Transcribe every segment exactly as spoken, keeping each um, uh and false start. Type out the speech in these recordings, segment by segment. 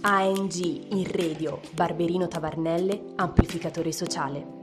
A N G in radio, Barberino Tavernelle, amplificatore sociale.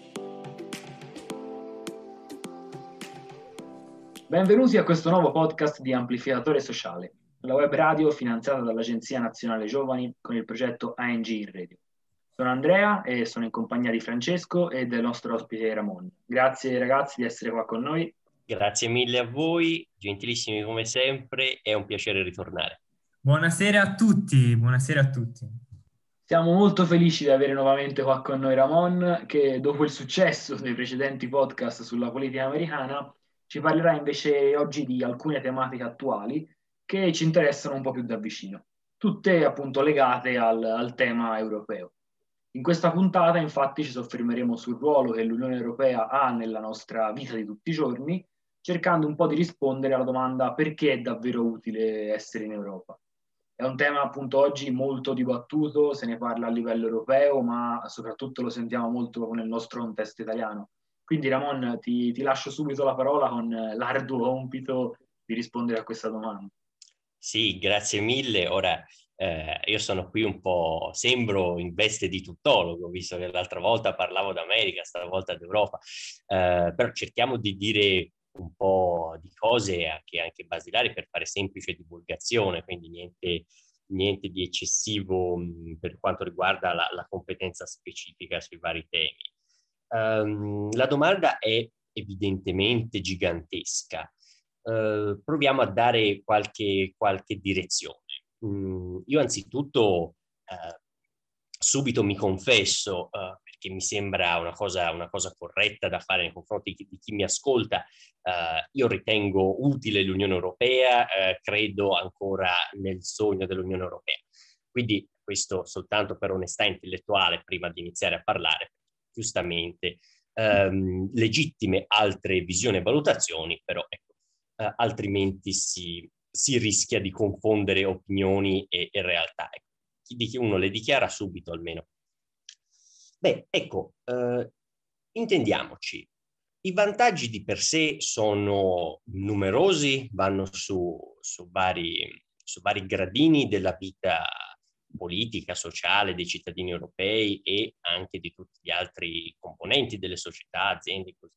Benvenuti a questo nuovo podcast di Amplificatore Sociale, la web radio finanziata dall'Agenzia Nazionale Giovani con il progetto A N G in radio. Sono Andrea e sono in compagnia di Francesco e del nostro ospite Ramon. Grazie ragazzi di essere qua con noi. Grazie mille a voi, gentilissimi come sempre, è un piacere ritornare. Buonasera a tutti, buonasera a tutti. Siamo molto felici di avere nuovamente qua con noi Ramon, che dopo il successo dei precedenti podcast sulla politica americana ci parlerà invece oggi di alcune tematiche attuali che ci interessano un po' più da vicino, tutte appunto legate al, al tema europeo. In questa puntata infatti ci soffermeremo sul ruolo che l'Unione Europea ha nella nostra vita di tutti i giorni, cercando un po' di rispondere alla domanda perché è davvero utile essere in Europa. È un tema appunto oggi molto dibattuto, se ne parla a livello europeo, ma soprattutto lo sentiamo molto nel nostro contesto italiano. Quindi Ramon, ti, ti lascio subito la parola con l'arduo compito di rispondere a questa domanda. Sì, grazie mille. Ora, eh, io sono qui un po', sembro in veste di tuttologo, visto che l'altra volta parlavo d'America, stavolta d'Europa, eh, però cerchiamo di dire un po' di cose anche, anche basilari per fare semplice divulgazione, quindi niente, niente di eccessivo mh, per quanto riguarda la, la competenza specifica sui vari temi. Um, la domanda è evidentemente gigantesca. Uh, proviamo a dare qualche, qualche direzione. Mm, io anzitutto uh, subito mi confesso, uh, perché mi sembra una cosa, una cosa corretta da fare nei confronti di chi, di chi mi ascolta, uh, io ritengo utile l'Unione Europea, uh, credo ancora nel sogno dell'Unione Europea. Quindi questo soltanto per onestà intellettuale prima di iniziare a parlare, giustamente, um, legittime altre visioni e valutazioni, però ecco, uh, altrimenti si, si rischia di confondere opinioni e, e realtà. Ecco. Di chi uno le dichiara subito almeno. Beh, ecco, eh, intendiamoci, i vantaggi di per sé sono numerosi, vanno su, su, vari, su vari gradini della vita politica, sociale dei cittadini europei e anche di tutti gli altri componenti delle società, aziende, così.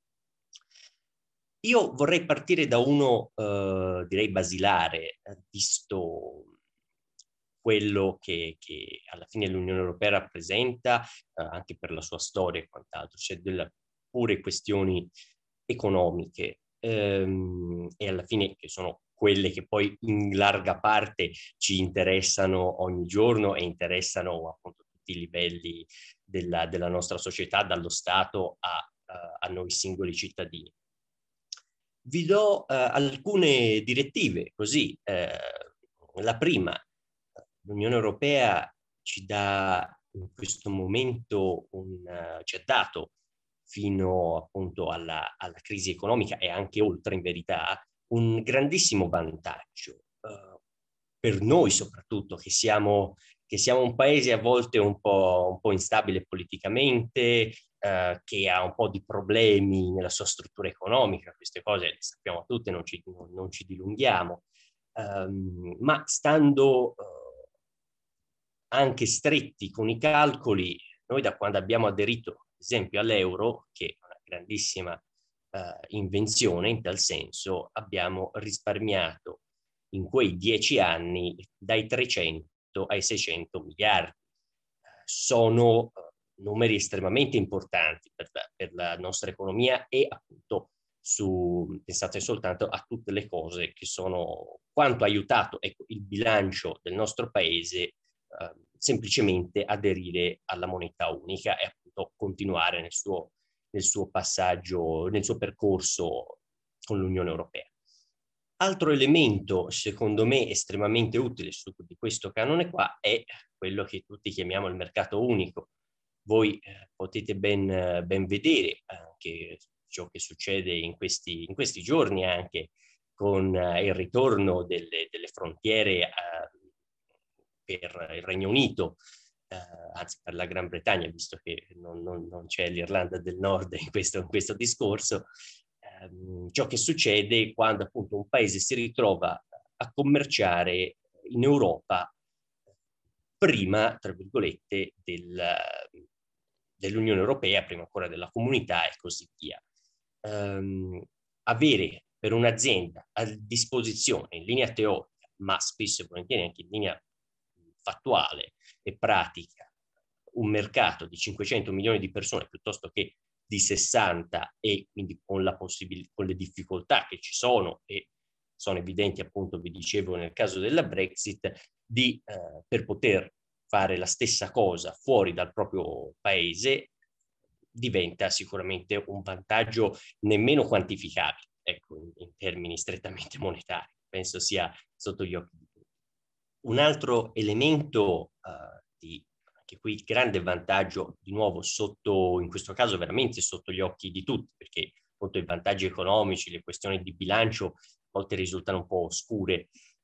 Io vorrei partire da uno, eh, direi basilare, visto quello che, che alla fine l'Unione Europea rappresenta, eh, anche per la sua storia e quant'altro, cioè delle pure questioni economiche, ehm, e alla fine che sono quelle che poi in larga parte ci interessano ogni giorno e interessano appunto tutti i livelli della, della nostra società, dallo Stato a, a, a noi singoli cittadini. Vi do eh, alcune direttive, così. Eh, la prima, l'Unione Europea ci dà in questo momento, un, uh, ci ha dato fino appunto alla, alla crisi economica e anche oltre in verità, un grandissimo vantaggio. Uh, per noi soprattutto, che siamo, che siamo un paese a volte un po', un po' instabile politicamente, Uh, che ha un po' di problemi nella sua struttura economica, queste cose le sappiamo tutte, non ci, non, non ci dilunghiamo, um, ma stando uh, anche stretti con i calcoli, noi da quando abbiamo aderito, ad esempio, all'euro, che è una grandissima uh, invenzione in tal senso, abbiamo risparmiato in quei dieci anni dai trecento ai seicento miliardi. Uh, sono uh, numeri estremamente importanti per la, per la nostra economia e appunto su, pensate soltanto a tutte le cose che sono, quanto ha aiutato ecco, il bilancio del nostro paese eh, semplicemente aderire alla moneta unica e appunto continuare nel suo, nel suo passaggio, nel suo percorso con l'Unione Europea. Altro elemento, secondo me, estremamente utile su di questo canone qua è quello che tutti chiamiamo il mercato unico. Voi eh, potete ben, ben vedere anche ciò che succede in questi, in questi giorni anche con eh, il ritorno delle, delle frontiere eh, per il Regno Unito, eh, anzi per la Gran Bretagna, visto che non, non, non c'è l'Irlanda del Nord in questo, in questo discorso. Ehm, ciò che succede quando appunto un paese si ritrova a commerciare in Europa prima, tra virgolette, del, dell'Unione Europea, prima ancora della comunità e così via. Um, avere per un'azienda a disposizione in linea teorica, ma spesso e volentieri anche in linea fattuale e pratica, un mercato di cinquecento milioni di persone piuttosto che di sessanta, e quindi con, la possibil- con le difficoltà che ci sono e sono evidenti, appunto, vi dicevo nel caso della Brexit, di, eh, per poter fare la stessa cosa fuori dal proprio paese, diventa sicuramente un vantaggio nemmeno quantificabile, ecco, in, in termini strettamente monetari. Penso sia sotto gli occhi di tutti. Un altro elemento uh, di anche qui grande vantaggio, di nuovo sotto, in questo caso veramente sotto gli occhi di tutti, perché appunto i vantaggi economici, le questioni di bilancio a volte risultano un po' oscure,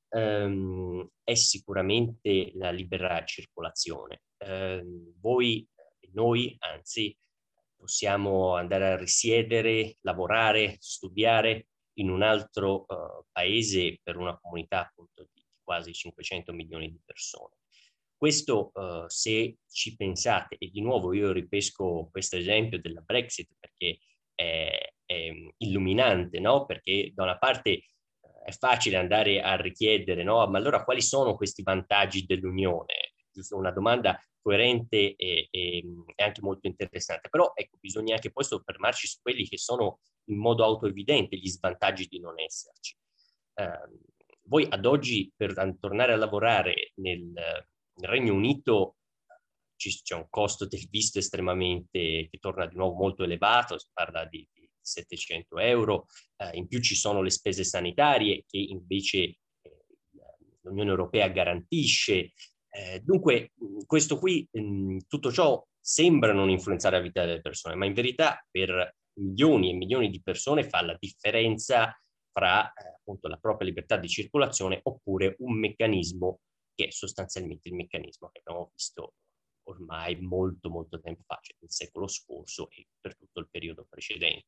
ehm, è sicuramente la libera circolazione. Eh, voi e noi, anzi, possiamo andare a risiedere, lavorare, studiare in un altro uh, paese per una comunità appunto di quasi cinquecento milioni di persone. Questo, uh, se ci pensate, e di nuovo io ripesco questo esempio della Brexit perché è, è illuminante, no? Perché da una parte uh, è facile andare a richiedere, no? Ma allora quali sono questi vantaggi dell'Unione? Una domanda coerente e, e, e anche molto interessante, però ecco, bisogna anche poi soffermarci su quelli che sono in modo autoevidente gli svantaggi di non esserci. Uh, voi ad oggi, per tornare a lavorare nel, nel Regno Unito, c'è un costo del visto estremamente, che torna di nuovo molto elevato, si parla di, di settecento euro, uh, in più ci sono le spese sanitarie che invece eh, l'Unione Europea garantisce. Eh, dunque, questo qui, mh, tutto ciò sembra non influenzare la vita delle persone, ma in verità per milioni e milioni di persone fa la differenza fra eh, appunto la propria libertà di circolazione oppure un meccanismo che è sostanzialmente il meccanismo che abbiamo visto ormai molto molto tempo fa, cioè nel secolo scorso e per tutto il periodo precedente.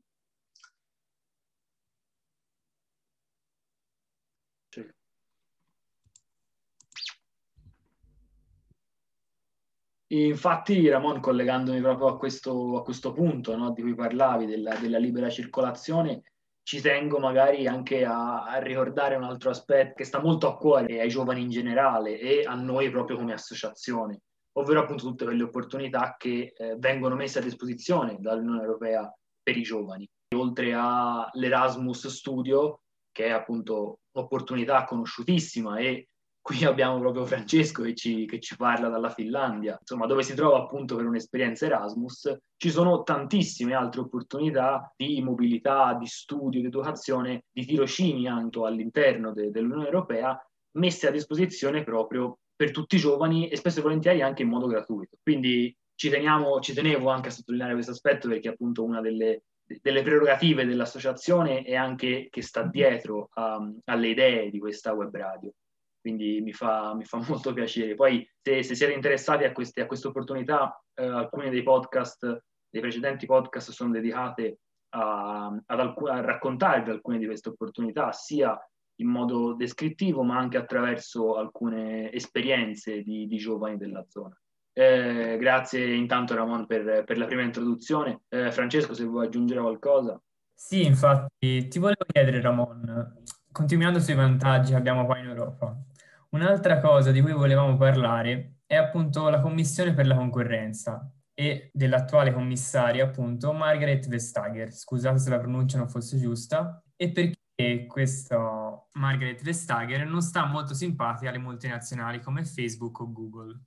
Infatti, Ramon, collegandomi proprio a questo, a questo punto, no, di cui parlavi, della, della libera circolazione, ci tengo magari anche a, a ricordare un altro aspetto che sta molto a cuore ai giovani in generale e a noi proprio come associazione, ovvero appunto tutte quelle opportunità che eh, vengono messe a disposizione dall'Unione Europea per i giovani. Oltre all'Erasmus Studio, che è appunto un'opportunità conosciutissima, e qui abbiamo proprio Francesco che ci, che ci parla dalla Finlandia, insomma, dove si trova appunto per un'esperienza Erasmus. Ci sono tantissime altre opportunità di mobilità, di studio, di educazione, di tirocini anche all'interno de, dell'Unione Europea, messe a disposizione proprio per tutti i giovani e spesso e volentieri anche in modo gratuito. Quindi ci, teniamo, ci tenevo anche a sottolineare questo aspetto perché appunto una delle, delle prerogative dell'associazione è anche che sta dietro um, alle idee di questa web radio. Quindi mi fa, mi fa molto piacere. Poi se, se siete interessati a queste, a queste opportunità, eh, alcuni dei podcast, dei precedenti podcast sono dedicati a, ad alc- a raccontarvi alcune di queste opportunità, sia in modo descrittivo, ma anche attraverso alcune esperienze di, di giovani della zona. Eh, grazie intanto Ramon per, per la prima introduzione. Eh, Francesco, se vuoi aggiungere qualcosa. Sì, infatti, ti volevo chiedere, Ramon, continuando sui vantaggi che abbiamo qua in Europa, un'altra cosa di cui volevamo parlare è appunto la Commissione per la concorrenza e dell'attuale commissaria, appunto, Margaret Vestager. Scusate se la pronuncia non fosse giusta. E perché questa Margaret Vestager non sta molto simpatica alle multinazionali come Facebook o Google.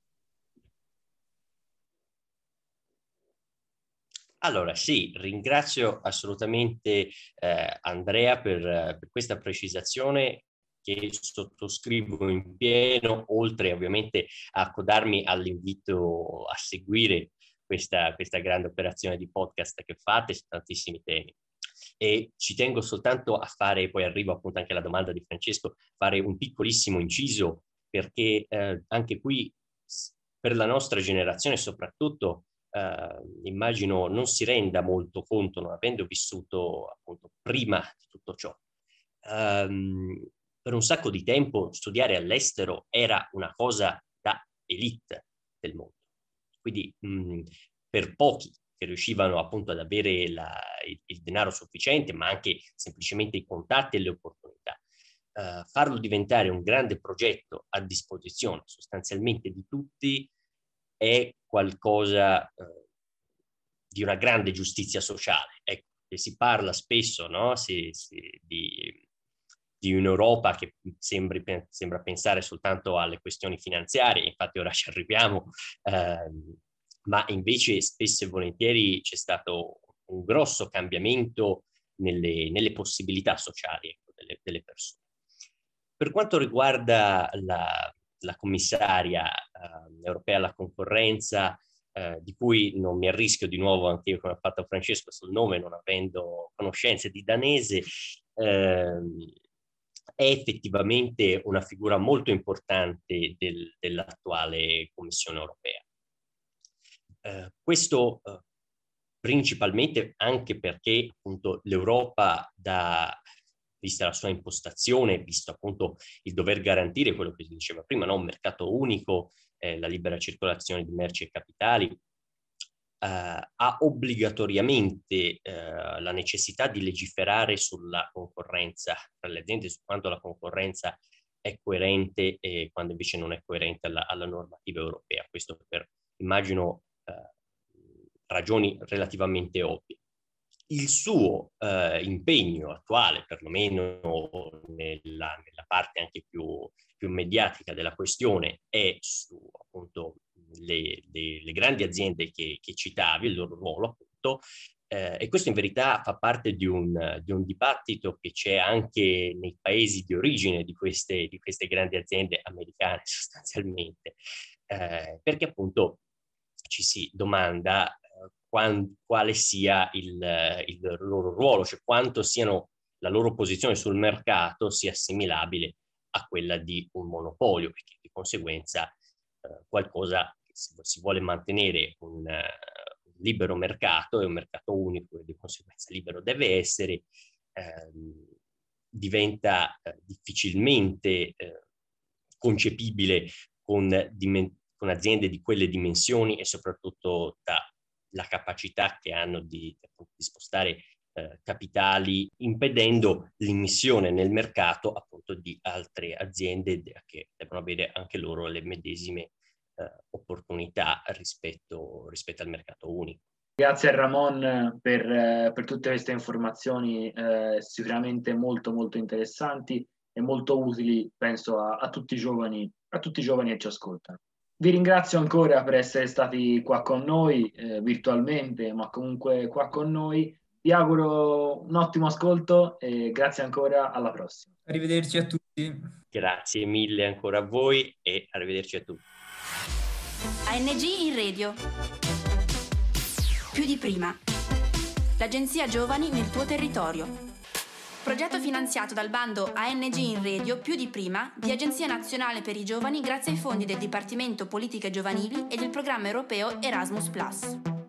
Allora sì, ringrazio assolutamente eh, Andrea per, per questa precisazione che sottoscrivo in pieno, oltre ovviamente a codarmi all'invito a seguire questa, questa grande operazione di podcast che fate su tantissimi temi. E ci tengo soltanto a fare, poi arrivo appunto anche alla domanda di Francesco, fare un piccolissimo inciso perché eh, anche qui per la nostra generazione soprattutto Uh, immagino non si renda molto conto, non avendo vissuto appunto prima di tutto ciò. Um, per un sacco di tempo studiare all'estero era una cosa da elite del mondo. Quindi mh, per pochi che riuscivano appunto ad avere la, il, il denaro sufficiente, ma anche semplicemente i contatti e le opportunità, uh, farlo diventare un grande progetto a disposizione sostanzialmente di tutti è qualcosa uh, di una grande giustizia sociale. Ecco, e si parla spesso, no? si, si, di, di un'Europa che sembri, sembra pensare soltanto alle questioni finanziarie, infatti ora ci arriviamo, ehm, ma invece spesso e volentieri c'è stato un grosso cambiamento nelle, nelle possibilità sociali, ecco, delle, delle persone. Per quanto riguarda la, la commissaria eh, europea alla concorrenza, eh, di cui non mi arrischio di nuovo anche io come ha fatto Francesco sul nome, non avendo conoscenze di danese, ehm, è effettivamente una figura molto importante del, dell'attuale Commissione europea. Eh, questo eh, principalmente anche perché appunto l'Europa, da, vista la sua impostazione, visto appunto il dover garantire quello che si diceva prima, no? Un mercato unico, eh, la libera circolazione di merci e capitali, Uh, ha obbligatoriamente uh, la necessità di legiferare sulla concorrenza tra le aziende, su quanto la concorrenza è coerente e quando invece non è coerente alla, alla normativa europea. Questo per, immagino, uh, ragioni relativamente ovvie. Il suo uh, impegno attuale, perlomeno nella, nella parte anche più, più mediatica della questione, è su appunto Le, le, le grandi aziende che, che citavi, il loro ruolo appunto, eh, e questo in verità fa parte di un, di un dibattito che c'è anche nei paesi di origine di queste, di queste grandi aziende americane sostanzialmente, eh, perché appunto ci si domanda eh, qual, quale sia il, il loro ruolo, cioè quanto siano la loro posizione sul mercato sia assimilabile a quella di un monopolio, perché di conseguenza eh, qualcosa se si vuole mantenere un, uh, un libero mercato e un mercato unico e di conseguenza libero deve essere, ehm, diventa eh, difficilmente eh, concepibile con, con aziende di quelle dimensioni e soprattutto dalla capacità che hanno di, di spostare eh, capitali, impedendo l'immissione nel mercato appunto di altre aziende che devono avere anche loro le medesime opportunità rispetto, rispetto al mercato unico. Grazie a Ramon per, eh, per tutte queste informazioni eh, sicuramente molto molto interessanti e molto utili, penso, a, a tutti i giovani, a tutti i giovani che ci ascoltano. Vi ringrazio ancora per essere stati qua con noi, eh, virtualmente, ma comunque qua con noi. Vi auguro un ottimo ascolto e grazie ancora, alla prossima. Arrivederci a tutti. Grazie mille ancora a voi e arrivederci a tutti. A N G in radio. Più di prima. L'agenzia Giovani nel tuo territorio. Progetto finanziato dal bando A N G in radio Più di prima di Agenzia Nazionale per i Giovani grazie ai fondi del Dipartimento Politiche Giovanili e del programma europeo Erasmus plus.